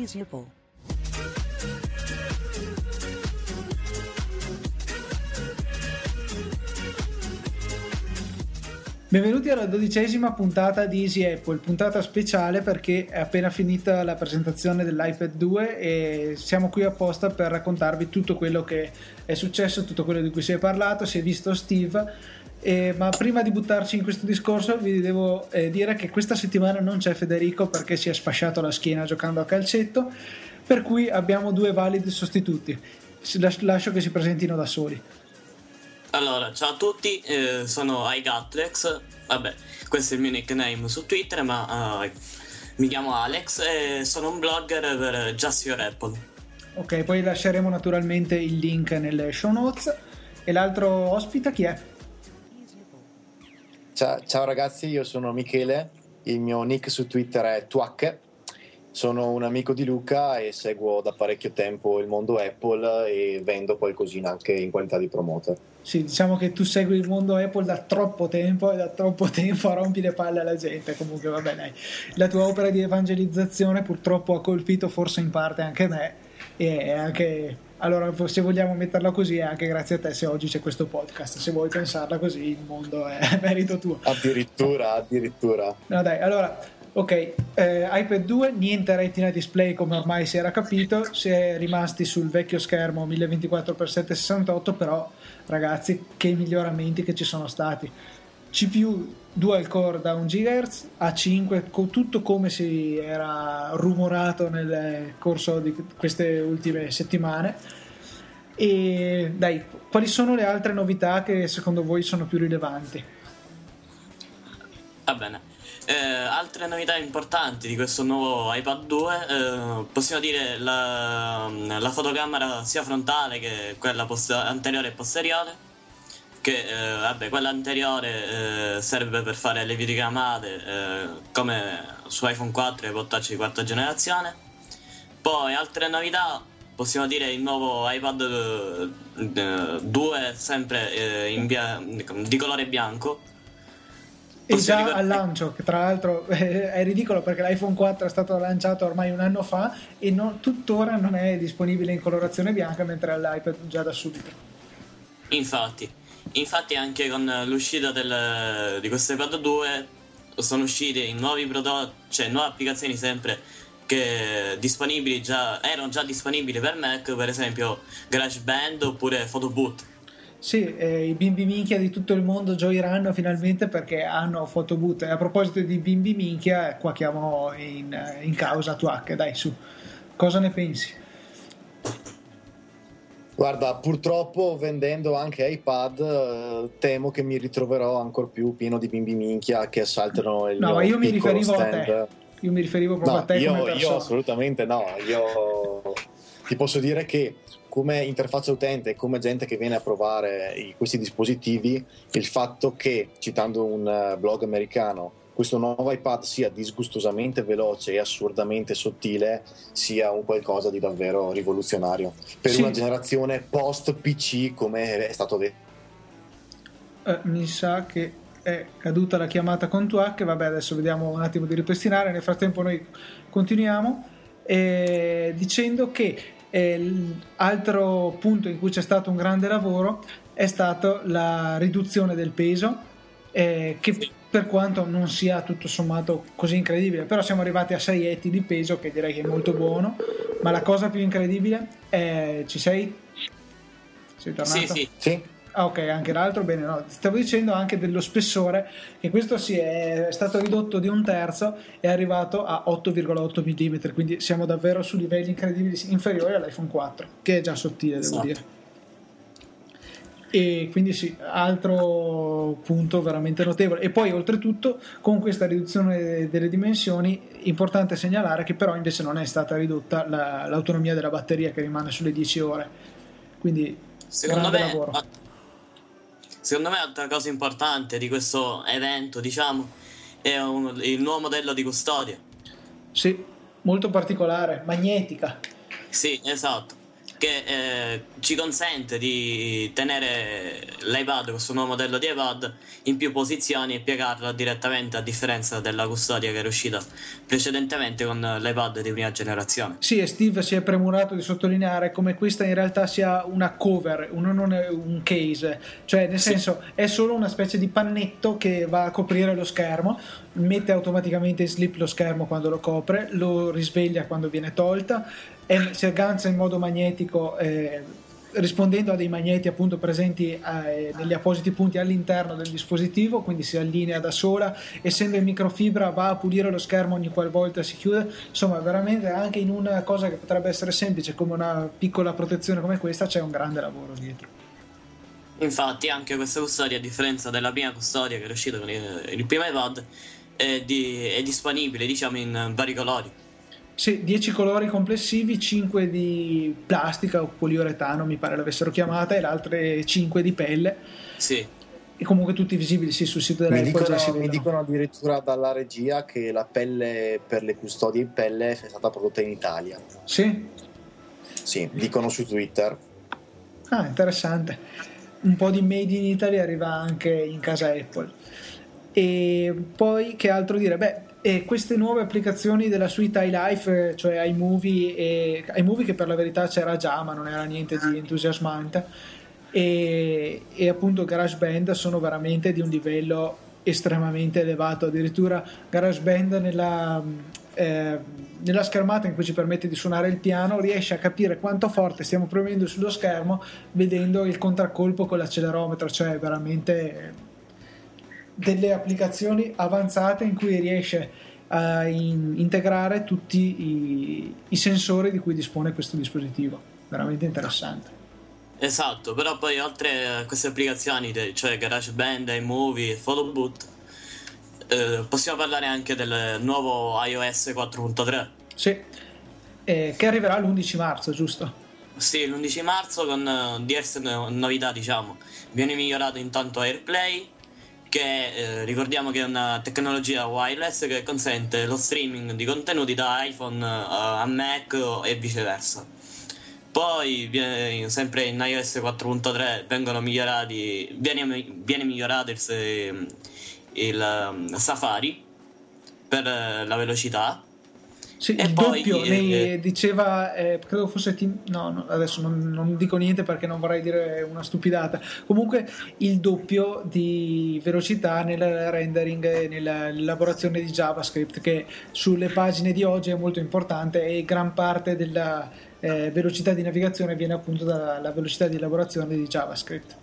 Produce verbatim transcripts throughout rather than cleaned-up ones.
Reasonable. Benvenuti alla dodicesima puntata di Easy Apple, puntata speciale perché è appena finita la presentazione dell'iPad due e siamo qui apposta per raccontarvi tutto quello che è successo, tutto quello di cui si è parlato, si è visto Steve. Eh, ma prima di buttarci in questo discorso vi devo eh, dire che questa settimana non c'è Federico perché si è sfasciato la schiena giocando a calcetto, per cui abbiamo due validi sostituti. Lascio che si presentino da soli. Allora, ciao a tutti, eh, sono iGatlex, vabbè, questo è il mio nickname su Twitter, ma uh, mi chiamo Alex e sono un blogger per Just Your Apple. Ok, poi lasceremo naturalmente il link nelle show notes. E l'altro ospite chi è? Ciao, ciao ragazzi, io sono Michele, il mio nick su Twitter è Tuac, sono un amico di Luca e seguo da parecchio tempo il mondo Apple e vendo qualcosina anche in qualità di promoter. Sì, diciamo che tu segui il mondo Apple da troppo tempo e da troppo tempo rompi le palle alla gente. Comunque vabbè, dai, la tua opera di evangelizzazione purtroppo ha colpito forse in parte anche me e anche... Allora, se vogliamo metterla così, è anche grazie a te se oggi c'è questo podcast. Se vuoi pensarla così, il mondo è merito tuo. Addirittura, addirittura. No dai, allora, ok, eh, iPad due, niente retina display come ormai si era capito, si è rimasti sul vecchio schermo mille ventiquattro per settecentosessantotto, però ragazzi, che miglioramenti che ci sono stati. C P U dual core da un gigahertz, A cinque, con tutto come si era rumorato nel corso di queste ultime settimane. E dai, quali sono le altre novità che secondo voi sono più rilevanti? Va bene, eh, altre novità importanti di questo nuovo iPad due, eh, possiamo dire la, la fotocamera sia frontale che quella post- anteriore e posteriore. Che eh, vabbè, quella anteriore eh, serve per fare le videochiamate eh, come su iPhone quattro e può touch di quarta generazione. Poi altre novità, possiamo dire il nuovo iPad eh, due sempre eh, in bia- di colore bianco. E già ricord- al lancio, che tra l'altro eh, è ridicolo perché l'iPhone quattro è stato lanciato ormai un anno fa e non, tuttora non è disponibile in colorazione bianca, mentre l'iPad già da subito. Infatti Infatti anche con l'uscita del, di questo iPad due sono usciti nuovi prodotti, cioè nuove applicazioni sempre che disponibili già, erano già disponibili per Mac, per esempio GarageBand oppure PhotoBooth. Sì, eh, i bimbi minchia di tutto il mondo gioiranno finalmente perché hanno PhotoBooth. E a proposito di bimbi minchia, qua chiamo in, in causa Tuac, dai su, cosa ne pensi? Guarda, purtroppo vendendo anche iPad eh, temo che mi ritroverò ancor più pieno di bimbi minchia che assaltano il no, mio ma io mi piccolo riferivo stand. a te. Io mi riferivo proprio No, a te io, come persona. io assolutamente no. Io ti posso dire che come interfaccia utente, come gente che viene a provare i, questi dispositivi, il fatto che, citando un uh, blog americano, questo nuovo iPad sia disgustosamente veloce e assurdamente sottile sia un qualcosa di davvero rivoluzionario per sì. Una generazione post P C come è stato detto. Eh, mi sa che è caduta la chiamata con Tuac, vabbè, adesso vediamo un attimo di ripristinare, nel frattempo noi continuiamo eh, dicendo che eh, l'altro punto in cui c'è stato un grande lavoro è stato la riduzione del peso eh, che per quanto non sia tutto sommato così incredibile, però siamo arrivati a sei etti di peso, che direi che è molto buono. Ma la cosa più incredibile è... ci sei? Sei tornato? Sì, sì. Sì. Ah, ok, anche l'altro, bene, no. Stavo dicendo anche dello spessore, che questo si è, è stato ridotto di un terzo, è arrivato a otto virgola otto millimetri, quindi siamo davvero su livelli incredibili, inferiori all'iPhone quattro, che è già sottile, devo esatto. dire. E quindi sì, altro punto veramente notevole. E poi oltretutto con questa riduzione delle dimensioni importante segnalare che però invece non è stata ridotta la, l'autonomia della batteria, che rimane sulle dieci ore, quindi secondo grande me lavoro. Secondo me altra cosa importante di questo evento, diciamo, è un, il nuovo modello di custodia. Sì, molto particolare, magnetica. Sì, esatto. che eh, ci consente di tenere l'iPad, questo nuovo modello di iPad, in più posizioni e piegarlo direttamente, a differenza della custodia che era uscita precedentemente con l'iPad di prima generazione. Sì, e Steve si è premurato di sottolineare come questa in realtà sia una cover, un, non è un case, cioè nel senso sì. È solo una specie di pannetto che va a coprire lo schermo, mette automaticamente in sleep lo schermo quando lo copre, lo risveglia quando viene tolta, e si aggancia in modo magnetico, eh, rispondendo a dei magneti appunto presenti eh, negli appositi punti all'interno del dispositivo, quindi si allinea da sola, essendo in microfibra va a pulire lo schermo ogni qualvolta si chiude. Insomma, veramente anche in una cosa che potrebbe essere semplice come una piccola protezione come questa c'è un grande lavoro dietro. Infatti anche questa custodia, a differenza della prima custodia che è uscita con il, il primo iPad, è, di, è disponibile, diciamo, in vari colori. Sì, dieci colori complessivi, cinque di plastica o poliuretano mi pare l'avessero chiamata, e le altre cinque di pelle. Sì. E comunque tutti visibili sì, sul sito della mi Apple. Dicono, già si mi dicono addirittura dalla regia che la pelle per le custodie in pelle è stata prodotta in Italia. Sì? Sì, dicono su Twitter. Ah, interessante. Un po' di made in Italy arriva anche in casa Apple. E poi che altro dire? Beh, e queste nuove applicazioni della suite iLife, cioè iMovie, e iMovie che per la verità c'era già ma non era niente di entusiasmante, e, e appunto GarageBand sono veramente di un livello estremamente elevato. Addirittura GarageBand nella, eh, nella schermata in cui ci permette di suonare il piano riesce a capire quanto forte stiamo premendo sullo schermo vedendo il contraccolpo con l'accelerometro, cioè veramente delle applicazioni avanzate in cui riesce a in- integrare tutti i-, i sensori di cui dispone questo dispositivo. Veramente interessante. Esatto, però poi oltre a queste applicazioni, cioè GarageBand, iMovie, PhotoBooth, eh, possiamo parlare anche del nuovo iOS quattro punto tre. Sì, eh, che arriverà l'undici marzo, giusto? Sì, l'undici marzo con uh, diverse no- novità, diciamo. Viene migliorato intanto AirPlay, che eh, ricordiamo che è una tecnologia wireless che consente lo streaming di contenuti da iPhone a, a Mac e viceversa. Poi viene, sempre in iOS quattro punto tre vengono migliorati viene, viene migliorato il, il um, Safari per la velocità. Sì, e il poi, doppio, eh, lei eh, diceva, eh, credo fosse Tim, no, no adesso non, non dico niente perché non vorrei dire una stupidata, comunque il doppio di velocità nel rendering e nella elaborazione di JavaScript, che sulle pagine di oggi è molto importante, e gran parte della eh, velocità di navigazione viene appunto dalla velocità di elaborazione di JavaScript.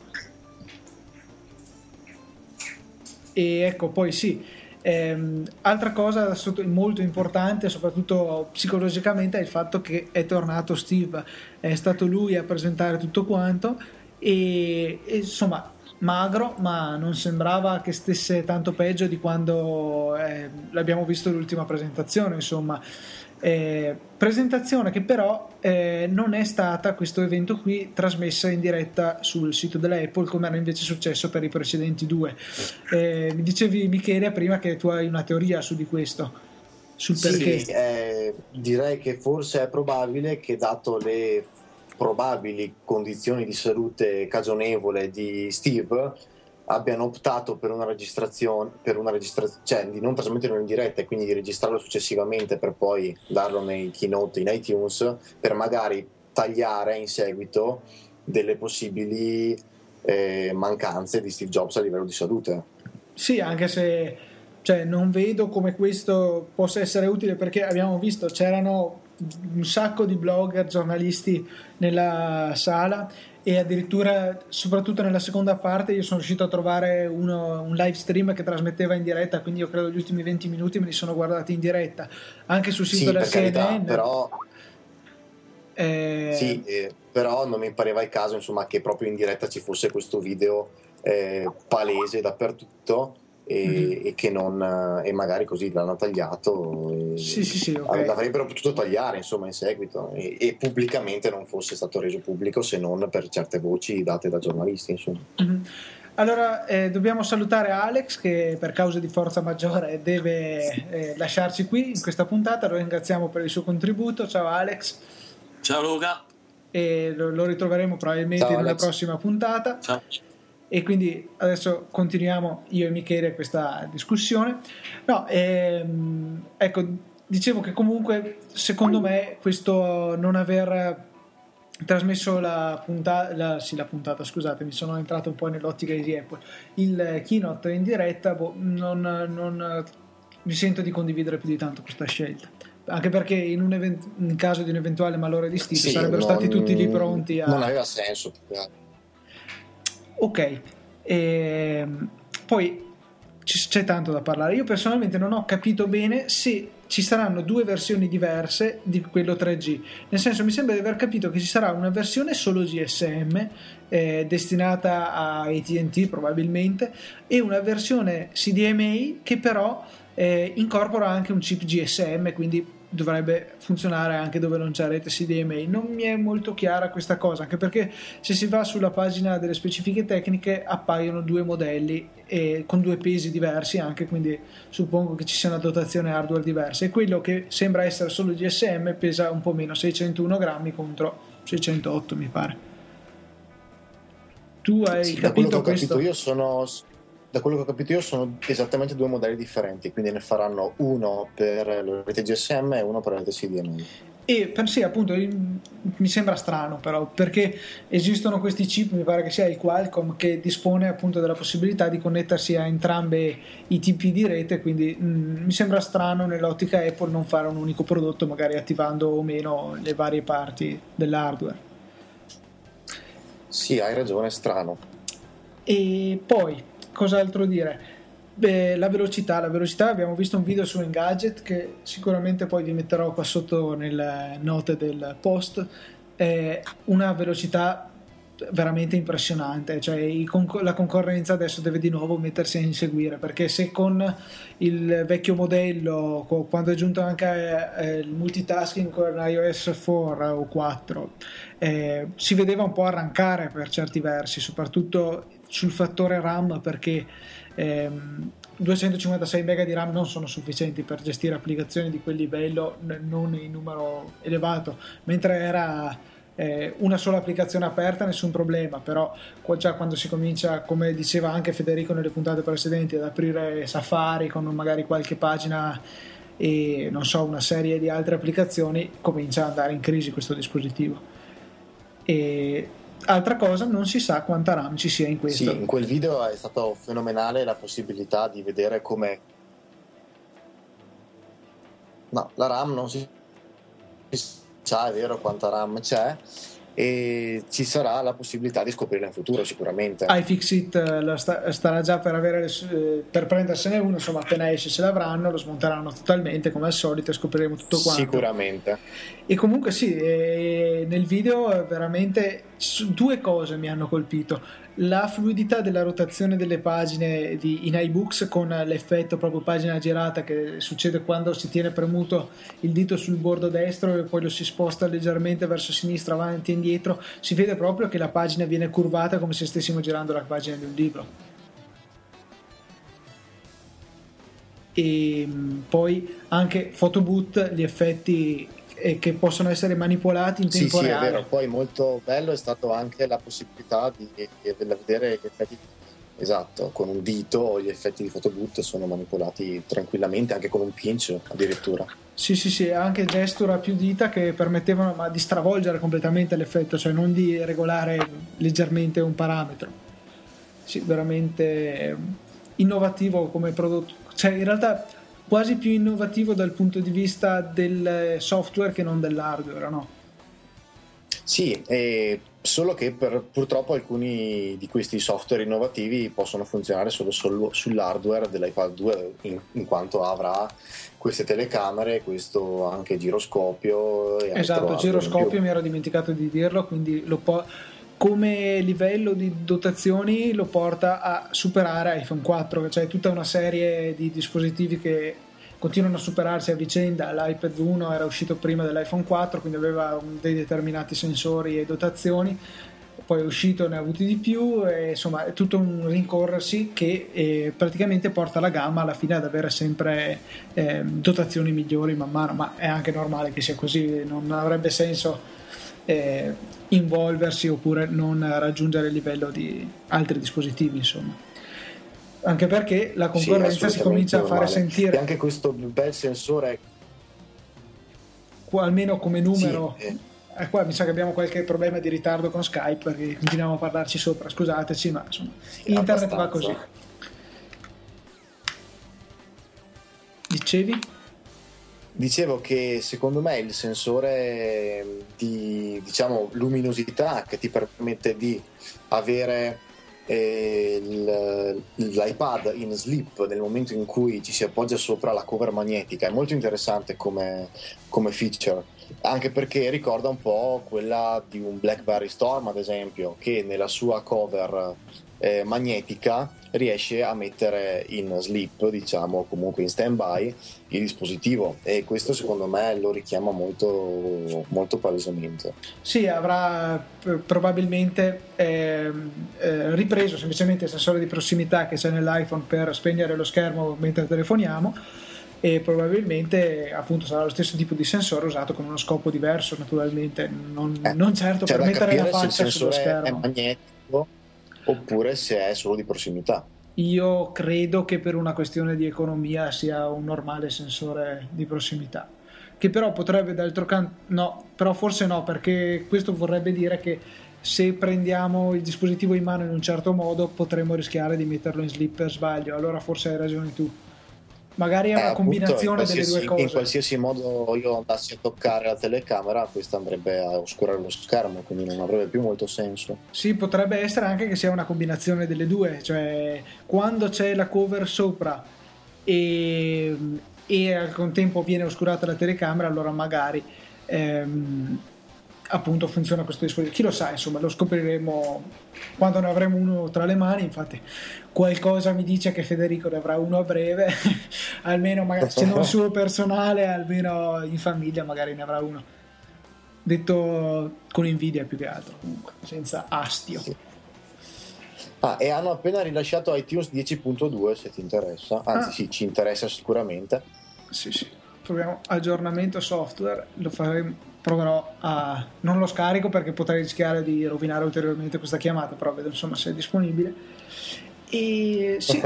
E ecco, poi sì, Eh, altra cosa molto importante, soprattutto psicologicamente, è il fatto che è tornato Steve, è stato lui a presentare tutto quanto, e, e insomma magro, ma non sembrava che stesse tanto peggio di quando eh, l'abbiamo visto l'ultima presentazione, insomma. Eh, presentazione che però eh, non è stata, questo evento qui, trasmessa in diretta sul sito della Apple come era invece successo per i precedenti due. Eh, mi dicevi, Michele, prima che tu hai una teoria su di questo, sul perché. Sì, eh, direi che forse è probabile che, dato le probabili condizioni di salute cagionevole di Steve, abbiano optato per una registrazione, per una registrazione, cioè di non trasmetterlo in diretta e quindi di registrarlo successivamente per poi darlo nei keynote in iTunes, per magari tagliare in seguito delle possibili eh, mancanze di Steve Jobs a livello di salute. Sì, anche se cioè, non vedo come questo possa essere utile, perché abbiamo visto c'erano un sacco di blogger, giornalisti nella sala, e addirittura soprattutto nella seconda parte io sono riuscito a trovare uno, un live stream che trasmetteva in diretta, quindi io credo gli ultimi venti minuti me li sono guardati in diretta anche sul sito sì, della per carità, C N N, però eh... sì, eh, però non mi pareva il caso, insomma, che proprio in diretta ci fosse questo video eh, palese dappertutto e, mm-hmm. e che non e magari così l'hanno tagliato e sì, sì, sì, okay. L'avrebbero potuto tagliare, insomma, in seguito, e, e pubblicamente non fosse stato reso pubblico, se non per certe voci date da giornalisti, insomma. Mm-hmm. Allora eh, dobbiamo salutare Alex, che per causa di forza maggiore deve eh, lasciarci qui in questa puntata. Lo ringraziamo per il suo contributo. Ciao Alex. Ciao Luca. e lo, lo ritroveremo probabilmente Ciao, in una Alex. prossima puntata. Ciao. E quindi adesso continuiamo io e Michele questa discussione. No, ehm, ecco, dicevo che comunque secondo me questo non aver trasmesso la puntata, la, sì, la puntata, scusate, mi sono entrato un po' nell'ottica di Apple, il keynote in diretta, boh, non, non mi sento di condividere più di tanto questa scelta. Anche perché in, un event- in caso di un eventuale malore di stile Sì, sarebbero non- stati tutti lì pronti a... Non aveva senso. Ok, ehm, poi ci- c'è tanto da parlare. Io personalmente non ho capito bene se ci saranno due versioni diverse di quello tre G. Nel senso, mi sembra di aver capito che ci sarà una versione solo G S M eh, destinata a A T and T probabilmente, e una versione C D M A che però eh, incorpora anche un chip G S M, quindi dovrebbe funzionare anche dove non c'è rete C D M A. Non mi è molto chiara questa cosa, anche perché se si va sulla pagina delle specifiche tecniche appaiono due modelli e con due pesi diversi anche, quindi suppongo che ci sia una dotazione hardware diversa, e quello che sembra essere solo G S M pesa un po' meno, seicentouno grammi contro seicentotto mi pare. Tu hai Sì, da quello che capito ho questo? capito io sono da quello che ho capito io sono esattamente due modelli differenti, quindi ne faranno uno per la rete G S M e uno per la rete C D M A. E per sé appunto mi sembra strano, però, perché esistono questi chip, mi pare che sia il Qualcomm, che dispone appunto della possibilità di connettersi a entrambe i tipi di rete, quindi mh, mi sembra strano nell'ottica Apple non fare un unico prodotto, magari attivando o meno le varie parti dell'hardware. Sì, hai ragione, strano. E poi cos'altro dire? Beh, la velocità, la velocità abbiamo visto un video su Engadget che sicuramente poi vi metterò qua sotto nelle note del post. È una velocità veramente impressionante, cioè i conc- la concorrenza adesso deve di nuovo mettersi a inseguire, perché se con il vecchio modello, co- quando è giunto anche eh, il multitasking con iOS quattro o quattro, eh, si vedeva un po' arrancare per certi versi, soprattutto sul fattore RAM, perché ehm, duecentocinquantasei mega di RAM non sono sufficienti per gestire applicazioni di quel livello, n- non in numero elevato, mentre era eh, una sola applicazione aperta nessun problema, però qua già quando si comincia, come diceva anche Federico nelle puntate precedenti, ad aprire Safari con magari qualche pagina e non so, una serie di altre applicazioni, comincia ad andare in crisi questo dispositivo. E altra cosa, non si sa quanta RAM ci sia in questo. Sì, in quel video è stato fenomenale la possibilità di vedere come no, la RAM non si sa, è vero quanta RAM c'è, e ci sarà la possibilità di scoprirla in futuro sicuramente. iFixit la sta, starà già per, avere le, per prendersene uno, insomma appena esce se l'avranno, lo smonteranno totalmente come al solito e scopriremo tutto quanto. Sicuramente. E comunque sì, eh, nel video veramente due cose mi hanno colpito: la fluidità della rotazione delle pagine di, in iBooks, con l'effetto proprio pagina girata che succede quando si tiene premuto il dito sul bordo destro e poi lo si sposta leggermente verso sinistra, avanti e indietro, si vede proprio che la pagina viene curvata come se stessimo girando la pagina di un libro. E poi anche Photoboot, gli effetti e che possono essere manipolati in tempo sì, reale. Sì, è vero. Poi molto bello è stato anche la possibilità di, di vedere gli effetti, esatto, con un dito gli effetti di Photoboot sono manipolati tranquillamente, anche con un pinch addirittura. Sì, sì, sì, anche gesture a più dita che permettevano ma di stravolgere completamente l'effetto, cioè non di regolare leggermente un parametro. Sì, veramente innovativo come prodotto. Cioè, in realtà quasi più innovativo dal punto di vista del software che non dell'hardware, no? Sì, e solo che per, purtroppo alcuni di questi software innovativi possono funzionare solo, solo sull'hardware dell'iPad due, in, in quanto avrà queste telecamere, questo anche giroscopio e esatto, giroscopio mi ero dimenticato di dirlo, quindi lo po- come livello di dotazioni lo porta a superare iPhone quattro, cioè tutta una serie di dispositivi che continuano a superarsi a vicenda. L'iPad uno era uscito prima dell'iPhone quattro, quindi aveva dei determinati sensori e dotazioni, poi è uscito, ne ha avuti di più, e insomma è tutto un rincorrersi che eh, praticamente porta la gamma alla fine ad avere sempre eh, dotazioni migliori man mano, ma è anche normale che sia così, non avrebbe senso eh, involversi oppure non raggiungere il livello di altri dispositivi, insomma. Anche perché la concorrenza sì, si comincia a fare normale. sentire. E anche questo bel sensore, almeno come numero. Sì, eh. Eh, qua mi sa che abbiamo qualche problema di ritardo con Skype perché continuiamo a parlarci sopra, scusateci, ma insomma, sì, internet abbastanza. va così. Dicevi? Dicevo che secondo me il sensore di, diciamo, luminosità che ti permette di avere eh, il, l'iPad in sleep nel momento in cui ci si appoggia sopra la cover magnetica è molto interessante come, come feature, anche perché ricorda un po' quella di un BlackBerry Storm, ad esempio, che nella sua cover eh, magnetica riesce a mettere in sleep, diciamo, comunque in stand-by il dispositivo, e questo secondo me lo richiama molto, molto palesemente. Sì, avrà probabilmente eh, eh, ripreso semplicemente il sensore di prossimità che c'è nell'iPhone per spegnere lo schermo mentre telefoniamo, e probabilmente appunto sarà lo stesso tipo di sensore usato con uno scopo diverso, naturalmente non, eh, non certo per mettere la faccia sullo schermo. È magnetico oppure se è solo di prossimità. Io credo che per una questione di economia sia un normale sensore di prossimità, che però potrebbe d'altro canto no, però forse no, perché questo vorrebbe dire che se prendiamo il dispositivo in mano in un certo modo potremmo rischiare di metterlo in sleep per sbaglio, allora forse hai ragione tu. Magari è una eh, combinazione appunto, delle due cose. In qualsiasi modo io andassi a toccare la telecamera, questa andrebbe a oscurare lo schermo, quindi non avrebbe più molto senso. Sì, potrebbe essere anche che sia una combinazione delle due, cioè quando c'è la cover sopra e, e al contempo viene oscurata la telecamera, allora magari ehm, appunto funziona questo dispositivo. Chi lo sa, insomma, lo scopriremo quando ne avremo uno tra le mani. Infatti qualcosa mi dice che Federico ne avrà uno a breve almeno magari, se non suo personale, almeno in famiglia magari ne avrà uno, detto con invidia più che altro, comunque senza astio. Sì. Ah, e hanno appena rilasciato iTunes dieci punto due, se ti interessa, anzi ah. sì, ci interessa sicuramente. Sì, sì, proviamo aggiornamento software, lo faremo, proverò a non lo scarico perché potrei rischiare di rovinare ulteriormente questa chiamata, però vedo insomma se è disponibile. E sì.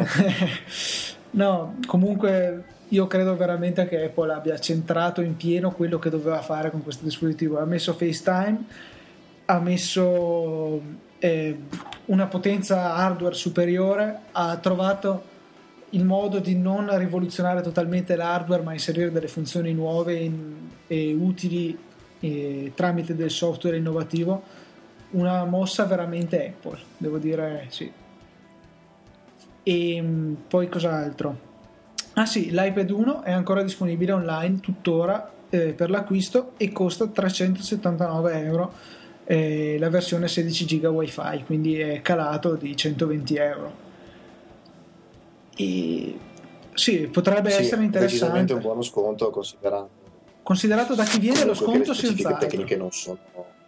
No, comunque io credo veramente che Apple abbia centrato in pieno quello che doveva fare con questo dispositivo. Ha messo FaceTime, ha messo eh, una potenza hardware superiore, ha trovato il modo di non rivoluzionare totalmente l'hardware ma inserire delle funzioni nuove in, e utili e, tramite del software innovativo. Una mossa veramente Apple, devo dire, sì. E poi cos'altro? Ah sì, l'iPad uno è ancora disponibile online tuttora eh, per l'acquisto e costa trecentosettantanove euro eh, la versione sedici giga wifi, quindi è calato di centoventi euro. E sì, potrebbe sì, essere interessante. Decisamente un buono sconto considerato. Considerato da chi viene lo sconto, le specifiche senza tecniche non sono.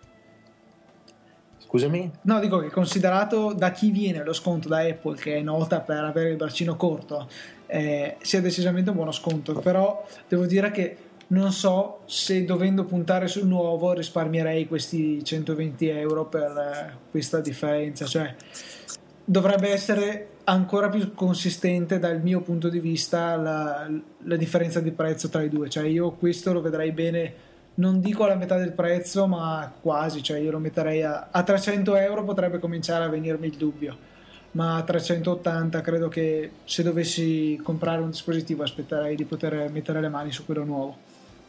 Scusami? No, dico che considerato da chi viene lo sconto da Apple, che è nota per avere il bacino corto, eh, sia decisamente un buono sconto, però devo dire che non so se dovendo puntare sul nuovo risparmierei questi centoventi euro per eh, questa differenza, cioè dovrebbe essere ancora più consistente dal mio punto di vista la, la differenza di prezzo tra i due, cioè io questo lo vedrei bene, non dico alla metà del prezzo ma quasi, cioè io lo metterei a, a trecento euro, potrebbe cominciare a venirmi il dubbio, ma a trecentottanta credo che se dovessi comprare un dispositivo aspetterei di poter mettere le mani su quello nuovo,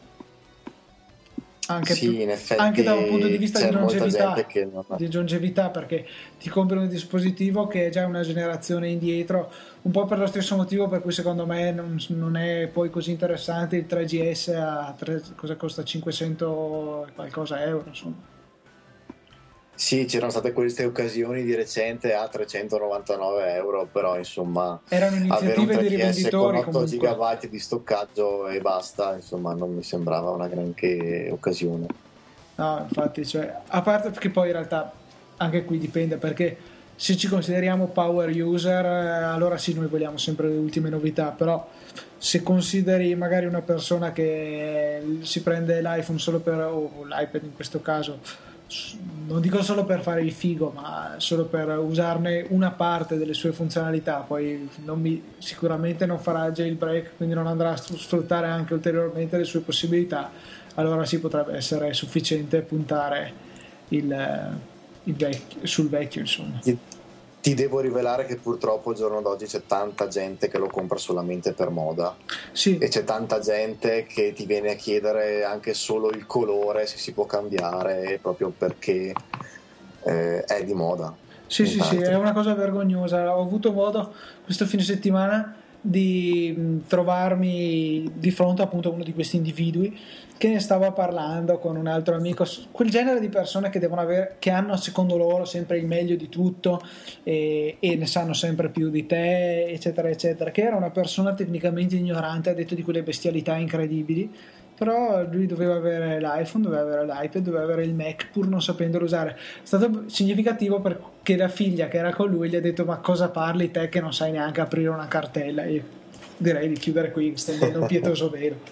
anche, sì, più, in effetti anche da un punto di vista di longevità, che non ha... di longevità, perché ti compri un dispositivo che è già una generazione indietro, un po' per lo stesso motivo per cui secondo me non, non è poi così interessante il tre G S a tre, cosa costa cinquecento e qualcosa euro, insomma. Sì, c'erano state queste occasioni di recente a trecentonovantanove euro, però insomma erano iniziative di rivenditori con otto giga di stoccaggio e basta, insomma non mi sembrava una granché occasione. No, infatti, cioè, a parte perché poi in realtà anche qui dipende, perché se ci consideriamo power user, allora sì, noi vogliamo sempre le ultime novità, però se consideri magari una persona che si prende l'iPhone solo per, o l'iPad in questo caso, non dico solo per fare il figo, ma solo per usarne una parte delle sue funzionalità, poi non mi, sicuramente non farà jailbreak, quindi non andrà a sfruttare anche ulteriormente le sue possibilità, allora sì, potrebbe essere sufficiente puntare il, il vecchio, sul vecchio, insomma. Ti, ti devo rivelare che purtroppo al giorno d'oggi c'è tanta gente che lo compra solamente per moda, sì. E c'è tanta gente che ti viene a chiedere anche solo il colore, se si può cambiare, proprio perché eh, è di moda. Sì, sì, sì, è una cosa vergognosa. Ho avuto modo questo fine settimana di mh, trovarmi di fronte appunto a uno di questi individui che ne stava parlando con un altro amico, quel genere di persone che devono avere, che hanno secondo loro sempre il meglio di tutto e, e ne sanno sempre più di te, eccetera eccetera, che era una persona tecnicamente ignorante, ha detto di quelle bestialità incredibili, però lui doveva avere l'iPhone, doveva avere l'iPad, doveva avere il Mac pur non sapendolo usare. È stato significativo perché la figlia che era con lui gli ha detto: ma cosa parli te che non sai neanche aprire una cartella? Io direi di chiudere qui, stendendo un pietoso velo.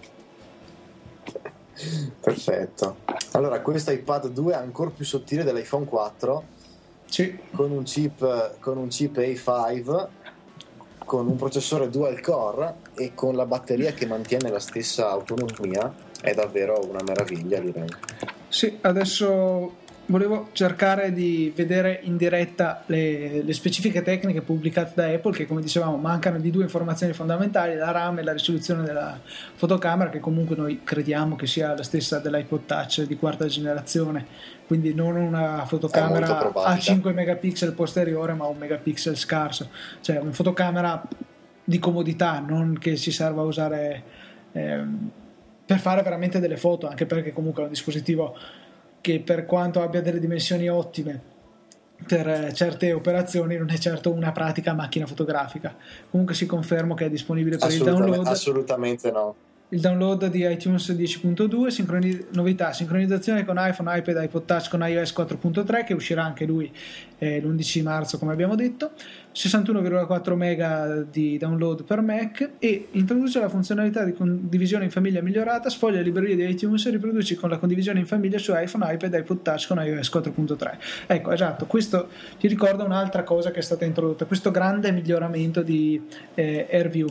Perfetto. Allora, questo iPad due è ancora più sottile dell'iPhone quattro, sì. con un chip con un chip A cinque, con un processore dual core e con la batteria che mantiene la stessa autonomia. È davvero una meraviglia, direi. Sì, adesso volevo cercare di vedere in diretta le, le specifiche tecniche pubblicate da Apple, che come dicevamo mancano di due informazioni fondamentali: la RAM e la risoluzione della fotocamera, che comunque noi crediamo che sia la stessa dell'iPod Touch di quarta generazione, quindi non una fotocamera a cinque megapixel posteriore ma un megapixel scarso, cioè una fotocamera di comodità, non che si serva a usare eh, per fare veramente delle foto, anche perché comunque è un dispositivo che, per quanto abbia delle dimensioni ottime per certe operazioni, non è certo una pratica macchina fotografica. Comunque si conferma che è disponibile per il download. Assolutamente no. Il download di iTunes dieci punto due, sincroni- novità, sincronizzazione con iPhone, iPad, iPod Touch con iOS quattro punto tre, che uscirà anche lui eh, l'undici marzo come abbiamo detto, sessantuno virgola quattro mega di download per Mac, e introduce la funzionalità di condivisione in famiglia migliorata, sfoglia le librerie di iTunes e riproduci con la condivisione in famiglia su iPhone, iPad, iPod Touch con iOS quattro punto tre. Ecco, esatto, questo ti ricorda un'altra cosa che è stata introdotta, questo grande miglioramento di eh, AirView.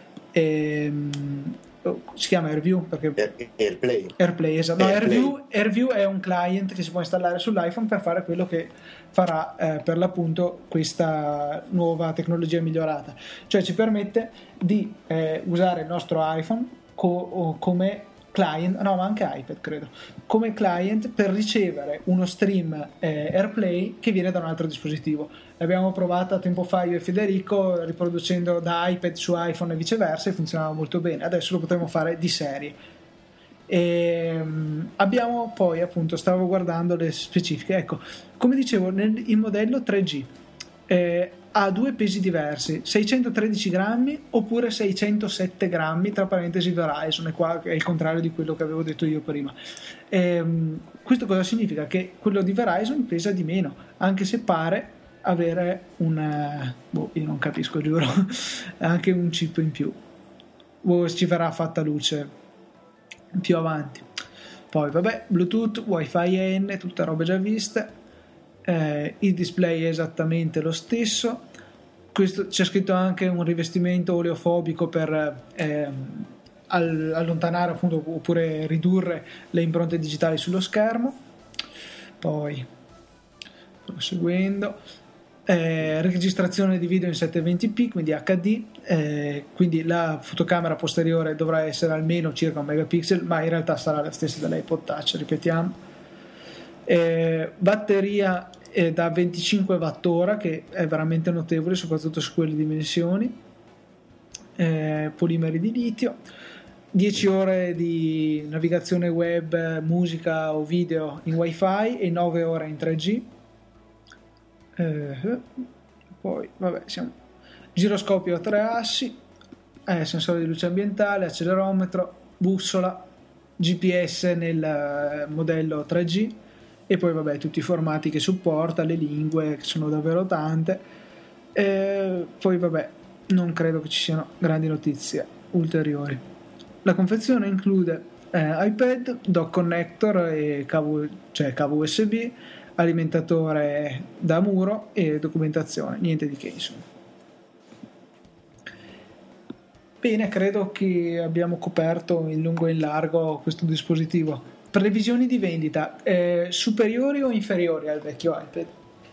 Ehm, si chiama AirView perché AirPlay, AirPlay, esatto. No, AirPlay. AirView, AirView è un client che si può installare sull'iPhone per fare quello che farà eh, per l'appunto questa nuova tecnologia migliorata, cioè ci permette di eh, usare il nostro iPhone co- come client, no, ma anche iPad credo, come client per ricevere uno stream eh, AirPlay che viene da un altro dispositivo. L'abbiamo provata tempo fa io e Federico, riproducendo da iPad su iPhone e viceversa, e funzionava molto bene. Adesso lo potremo fare di serie. E, um, abbiamo poi, appunto, stavo guardando le specifiche. Ecco, come dicevo, nel, il modello tre G eh, ha due pesi diversi, seicentotredici grammi oppure seicentosette grammi, tra parentesi Verizon, e qua è il contrario di quello che avevo detto io prima. E, um, questo cosa significa? Che quello di Verizon pesa di meno, anche se pare avere un, boh, io non capisco, giuro, anche un chip in più. Boh, ci verrà fatta luce più avanti. Poi vabbè, Bluetooth, Wi-Fi N, tutte robe già viste. Eh, il display è esattamente lo stesso. Questo, c'è scritto anche un rivestimento oleofobico per eh, allontanare, appunto, oppure ridurre le impronte digitali sullo schermo. Poi proseguendo, Eh, registrazione di video in settecentoventi p, quindi acca di, eh, quindi la fotocamera posteriore dovrà essere almeno circa un megapixel, ma in realtà sarà la stessa dell'iPod Touch, ripetiamo. Eh, batteria eh, da venticinque watt-ora, che è veramente notevole soprattutto su quelle dimensioni. Eh, polimeri di litio, dieci ore di navigazione web, musica o video in Wi-Fi e nove ore in tre G. Eh, poi vabbè, siamo giroscopio a tre assi, eh, sensore di luce ambientale, accelerometro, bussola, G P S nel modello tre G, e poi vabbè tutti i formati che supporta, le lingue che sono davvero tante, e poi vabbè non credo che ci siano grandi notizie ulteriori. La confezione include eh, iPad, dock connector e cavo, cioè cavo U S B, alimentatore da muro e documentazione, niente di che insomma. Bene, credo che abbiamo coperto in lungo e in largo questo dispositivo. Previsioni di vendita eh, superiori o inferiori al vecchio iPad?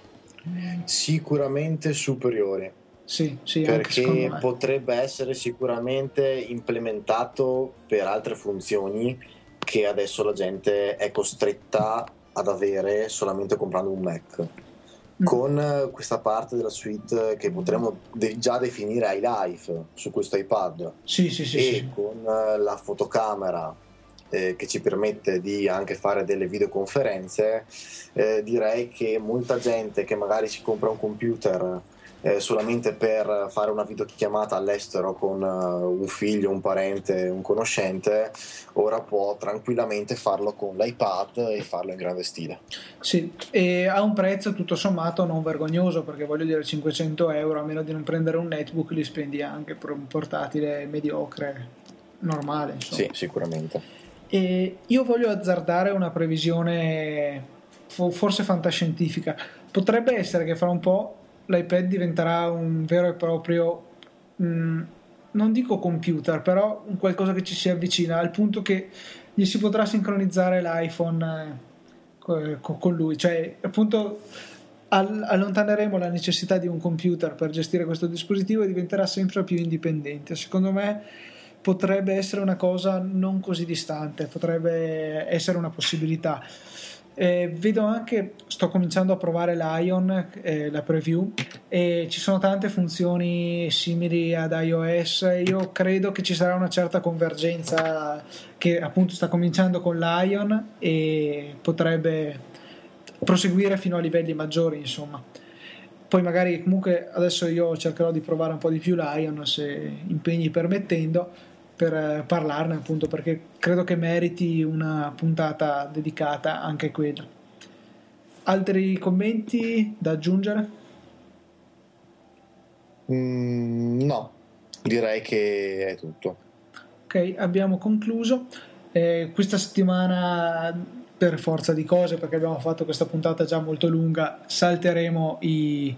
Sicuramente superiori. Sì, sì, perché potrebbe essere sicuramente implementato per altre funzioni che adesso la gente è costretta ad avere solamente comprando un Mac. Mm. Con questa parte della suite che potremmo de- già definire iLife su questo iPad, sì, sì, sì, e sì. con la fotocamera eh, che ci permette di anche fare delle videoconferenze, eh, direi che molta gente che magari si compra un computer Eh, solamente per fare una videochiamata all'estero con uh, un figlio, un parente, un conoscente, ora può tranquillamente farlo con l'iPad e farlo in grande stile. Sì, e ha un prezzo tutto sommato non vergognoso, perché voglio dire cinquecento euro, a meno di non prendere un netbook, li spendi anche per un portatile mediocre, normale insomma. Sì, sicuramente. E io voglio azzardare una previsione forse fantascientifica. Potrebbe essere che fra un po' l'iPad diventerà un vero e proprio mh, non dico computer, però un qualcosa che ci si avvicina al punto che gli si potrà sincronizzare l'iPhone eh, con lui, cioè appunto all- allontaneremo la necessità di un computer per gestire questo dispositivo e diventerà sempre più indipendente. Secondo me potrebbe essere una cosa non così distante, potrebbe essere una possibilità. Eh, vedo anche, sto cominciando a provare l'Ion, eh, la preview, e ci sono tante funzioni simili ad iOS. Io credo che ci sarà una certa convergenza, che appunto sta cominciando con l'Ion e potrebbe proseguire fino a livelli maggiori insomma. Poi magari comunque adesso io cercherò di provare un po' di più l'Ion, se impegni permettendo, per parlarne appunto, perché credo che meriti una puntata dedicata anche a quello. Altri commenti da aggiungere? Mm, no, direi che è tutto. Ok, abbiamo concluso. Eh, questa settimana, per forza di cose, perché abbiamo fatto questa puntata già molto lunga, salteremo i,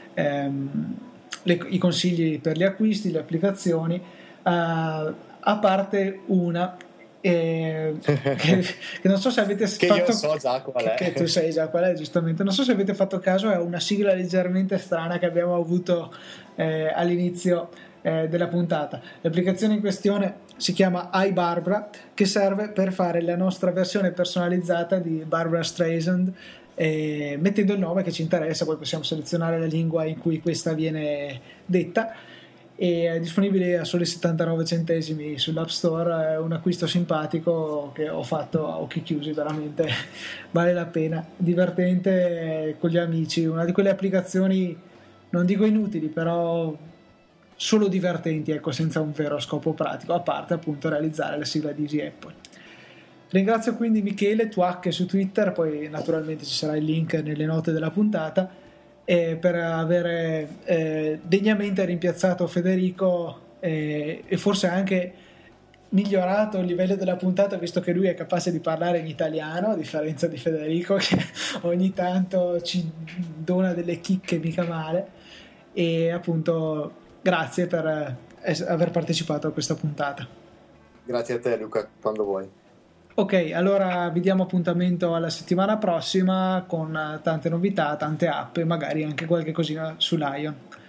ehm, le, i consigli per gli acquisti, le applicazioni. Uh, a parte una eh, che, che non so se avete che fatto, io so già qual è, che, che tu sai già qual è, giustamente. Non so se avete fatto caso, è una sigla leggermente strana che abbiamo avuto eh, all'inizio eh, della puntata. L'applicazione in questione si chiama iBarbara, che serve per fare la nostra versione personalizzata di Barbara Streisand, eh, mettendo il nome che ci interessa. Poi possiamo selezionare la lingua in cui questa viene detta, e è disponibile a soli settantanove centesimi sull'App Store. È un acquisto simpatico che ho fatto a occhi chiusi, veramente vale la pena, divertente con gli amici, una di quelle applicazioni non dico inutili, però solo divertenti, ecco, senza un vero scopo pratico, a parte appunto realizzare la sigla di Easy Apple. Ringrazio quindi Michele Tuacche su Twitter, poi naturalmente ci sarà il link nelle note della puntata, e per avere eh, degnamente rimpiazzato Federico eh, e forse anche migliorato il livello della puntata, visto che lui è capace di parlare in italiano, a differenza di Federico che ogni tanto ci dona delle chicche mica male. E appunto grazie per es- aver partecipato a questa puntata. Grazie a te Luca, quando vuoi. Ok, allora vi diamo appuntamento alla settimana prossima con tante novità, tante app e magari anche qualche cosina sull'Ion.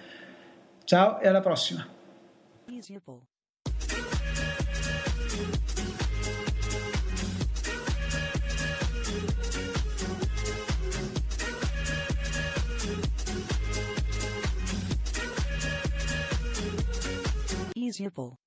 Ciao e alla prossima. Easyable.